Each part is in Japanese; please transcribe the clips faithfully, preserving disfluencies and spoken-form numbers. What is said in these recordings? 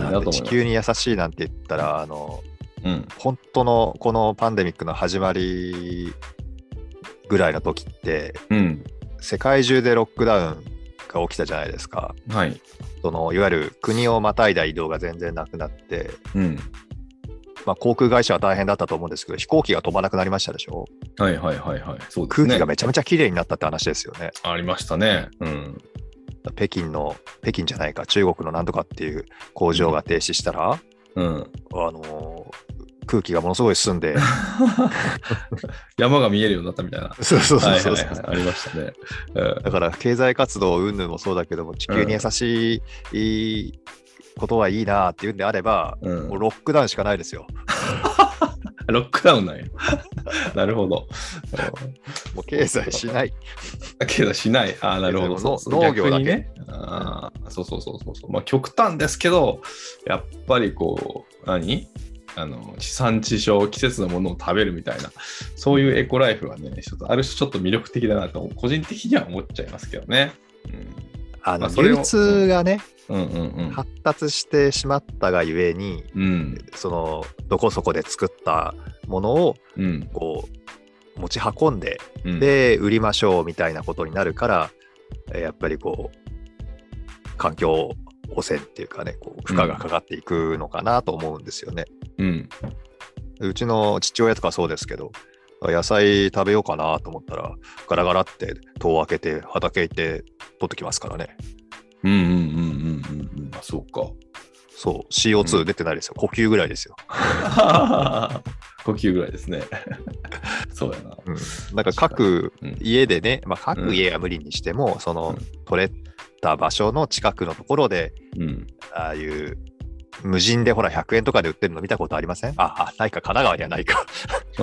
なと思います。地球に優しいなんて言ったら、あの、うん、本当のこのパンデミックの始まりぐらいの時って、うん、世界中でロックダウンが起きたじゃないですか。はい。そのいわゆる国をまたいだ移動が全然なくなって、うん、まあ、航空会社は大変だったと思うんですけど、飛行機が飛ばなくなりましたでしょ。はいはいはいはい。そうですね。空気がめちゃめちゃ綺麗になったって話ですよね。 ありましたね。うん。 北京の、北京じゃないか、中国のなんとかっていう工場が停止したら、うん、あのー、空気がものすごい澄んで山が見えるようになったみたいな。 そうそうそうそう、はいはいはい、ありましたね。 うん、だから経済活動云々もそうだけども、地球に優しいことはいいなっていうんであれば、うん、もうロックダウンしかないですよ。 ロックダウンなんや。なるほど。 もう経済しない。 経済しない。ああ、なるほど。 そうそう農業だけね。 ああ、そうそうそうそう。まあ極端ですけど、やっぱりこう、何あの地産地消、季節のものを食べるみたいな、そういうエコライフはね、ちょっとある種ちょっと魅力的だなと、個人的には思っちゃいますけどね。うん、 あの、まあ、流通がね、うんうんうんうん、発達してしまったがゆえに、うん、そのどこそこで作ったものをこう持ち運んで、うん、で売りましょうみたいなことになるから、やっぱりこう環境汚染っていうかね、こう負荷がかかっていくのかなと思うんですよね。うん、うちの父親とかそうですけど、野菜食べようかなと思ったらガラガラって戸を開けて畑行って取ってきますからね。 うんうんうんうんうんうん。あ、そうか。 そう、シーオーツー 出てないですよ。うん、呼吸ぐらいですよ。 呼吸ぐらいですね。そうやな。 うん、なんか各家でね、うん、まあ、各家は無理にしても、うん、その取れた場所の近くのところで、うん、ああいう無人でほらひゃくえんとかで売ってるの見たことありません？あ、あ、ないか、神奈川にはないか。 うん、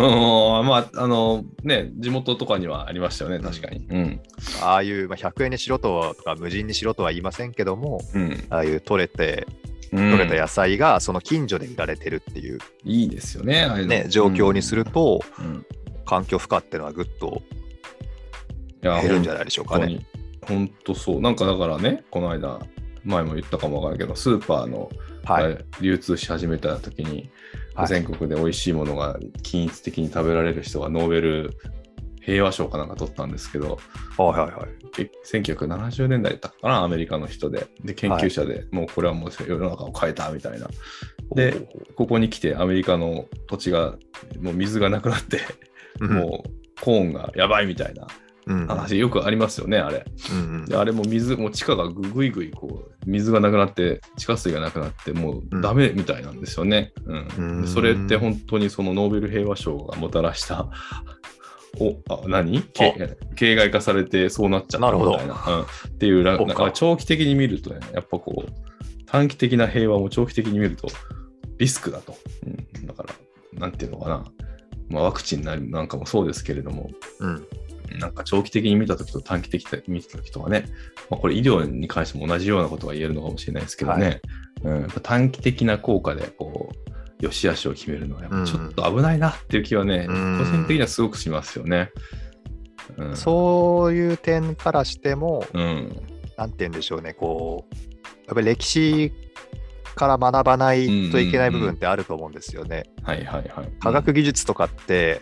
まあ、あのね、地元とかにはありましたよね、確かに。うん、 ああいう、まあ、ひゃくえんにしろとか、無人にしろとは言いませんけども、うん、ああいう取れて、取れた野菜がその近所で売られてるっていう、 うん、いいですよね、ああいうのね、状況にすると、うん、環境負荷っていうのはぐっと減るんじゃないでしょうかね。 本当そう。なんかだからね、この間、前も言ったかもわからないけど、スーパーの、はい、流通し始めた時に、はい、全国で美味しいものが均一的に食べられる人がノーベル平和賞かなんか取ったんですけど、はいはいはい、せんきゅうひゃくななじゅうねんだいだったかな、アメリカの人で、で研究者で、はい、もうこれはもう世の中を変えたみたいな。で、ここに来てアメリカの土地がもう水がなくなって、もうコーンがやばいみたいな。話よくありますよね、あれ。うんうん、であれも水、もう地下がぐいぐいこう、水がなくなって、地下水がなくなって、もうダメみたいなんですよね。うんうん、でそれって本当にそのノーベル平和賞がもたらした、お、あ、何形骸化されてそうなっちゃったみたいな。うん、っていう、なんか長期的に見るとね、やっぱこう、短期的な平和も長期的に見るとリスクだと。うん、だから、なんていうのかな。まあ、ワクチンなんかもそうですけれども、うんなんか長期的に見たときと短期的に見たときとかね、まあ、これ医療に関しても同じようなことが言えるのかもしれないですけどね、はいうん、短期的な効果でこう、良し悪しを決めるのはやっぱちょっと危ないなっていう気はね、うん、個人的にはすごくしますよね。 うん、そういう点からしても、うん、なんて言うんでしょうね、こう、やっぱり歴史から学ばないといけない部分ってあると思うんですよね。 はいはいはい。 科学技術とかって、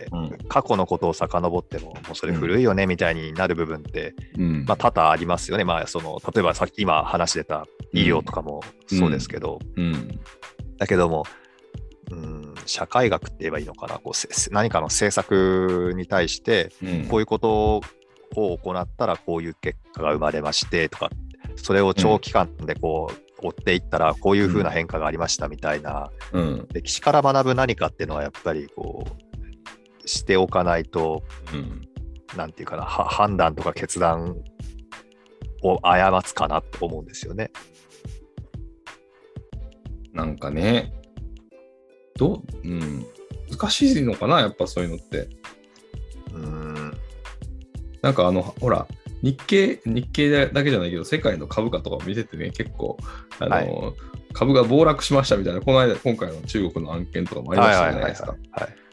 うん、過去のことを遡っても、もうそれ古いよねみたいになる部分って、うん、まあ多々ありますよね。まあその例えばさっき今話してた医療とかもそうですけど、うんうん、だけども、うん、社会学って言えばいいのかな、こう何かの政策に対して、こういうことを行ったらこういう結果が生まれましてとか、それを長期間でこう、追っていったらこういう風な変化がありましたみたいな、うん、歴史から学ぶ何かっていうのはやっぱりこうしておかないと、うん、なんていうかな判断とか決断を誤つかなと思うんですよね。 なんかねどう、うん、難しいのかなやっぱそういうのって。うーんなんかあのほら日経、日経だけじゃないけど、世界の株価とかを見ててね、結構、あの、はい、株が暴落しましたみたいな、この間、今回の中国の案件とかもありましたじゃないですか。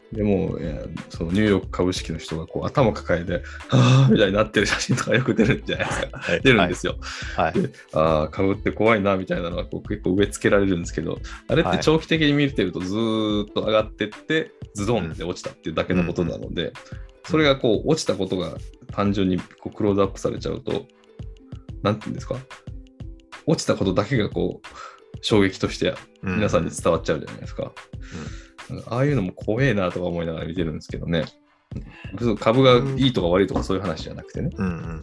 でもいやそのニューヨーク株式の人がこう頭抱えてはぁみたいになってる写真とかよく出るんじゃないですか。はい、出るんですよ。はい、でああ株って怖いなみたいなのはこう結構植え付けられるんですけど、あれって長期的に見てるとずーっと上がってってズドンって落ちたっていうだけのことなので、うん、それがこう落ちたことが単純にこうクローズアップされちゃうと、なんていうんですか、落ちたことだけがこう衝撃として皆さんに伝わっちゃうじゃないですか。うんうん、ああいうのも怖えなとか思いながら見てるんですけどね。株がいいとか悪いとかそういう話じゃなくてね。 うんうんうんうん、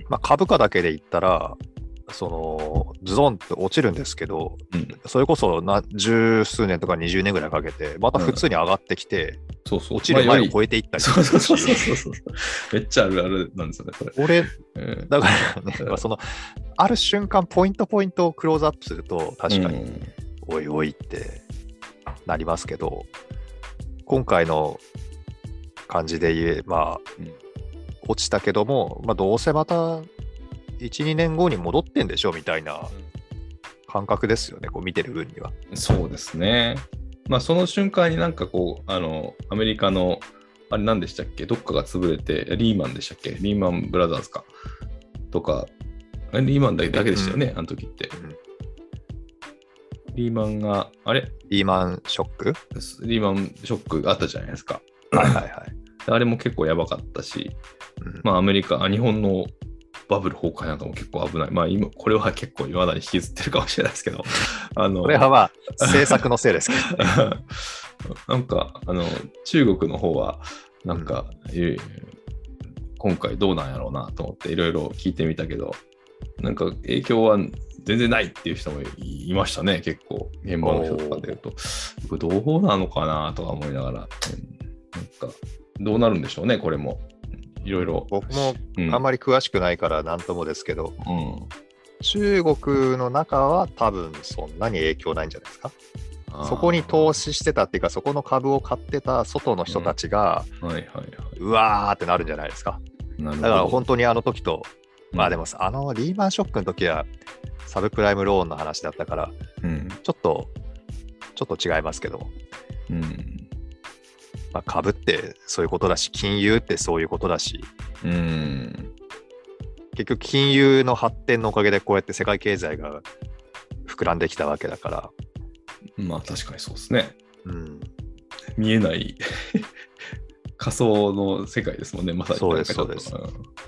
まあ、株価だけで言ったら、そのズドンって落ちるんですけど、うん、それこそな十数年とかにじゅうねんぐらいかけて、また普通に上がってきて、うん、そうそう落ちる前を超えていったりとか、まあ、そうそうそうそうそうめっちゃあるあるなんですよね、それ。 俺、うん、だからね、まあ、そのある瞬間、ポイントポイントをクローズアップすると、確かに、うん、おいおいってなりますけど、今回の感じで言えば、うん、落ちたけども、まあ、どうせまたいち、にねんごに戻ってんでしょみたいな感覚ですよね、こう見てる分には。 そうですね。まあその瞬間になんかこう、あの、アメリカの、あれ何でしたっけ、どっかが潰れて、リーマンでしたっけ、リーマンブラザーズか。とか、リーマンだけでしたよね、うん、あの時って。うん、リーマンが、あれリーマンショックリーマンショックあったじゃないですか。 はいはいはい。 あれも結構やばかったし、うん、まあアメリカ、日本のバブル崩壊なんかも結構危ない。まあ今、これは結構未だに引きずってるかもしれないですけど。 あのこれはまあ政策のせいですけど、ね、 なんか、あの、中国の方は、なんか、うん、今回どうなんやろうなと思っていろいろ聞いてみたけど、なんか影響は全然ないっていう人もいましたね、結構。現場の人とかで言うと。これどうなのかなとか思いながら、うん、なんか、どうなるんでしょうね、これも。いろいろ僕もあんまり詳しくないから何ともですけど、うん、中国の中は多分そんなに影響ないんじゃないですか。そこに投資してたっていうか、そこの株を買ってた外の人たちが、うんはいはいはい、うわーってなるんじゃないですか。だから本当にあの時と、うん、まあでもあのリーマンショックの時はサブプライムローンの話だったから、うん、ちょっとちょっと違いますけど、うんまあ、株ってそういうことだし、金融ってそういうことだし、うん、結局金融の発展のおかげでこうやって世界経済が膨らんできたわけだから。 まあ確かにそうですね。うん、見えない仮想の世界ですもんね、まさに。 そうです、そうです。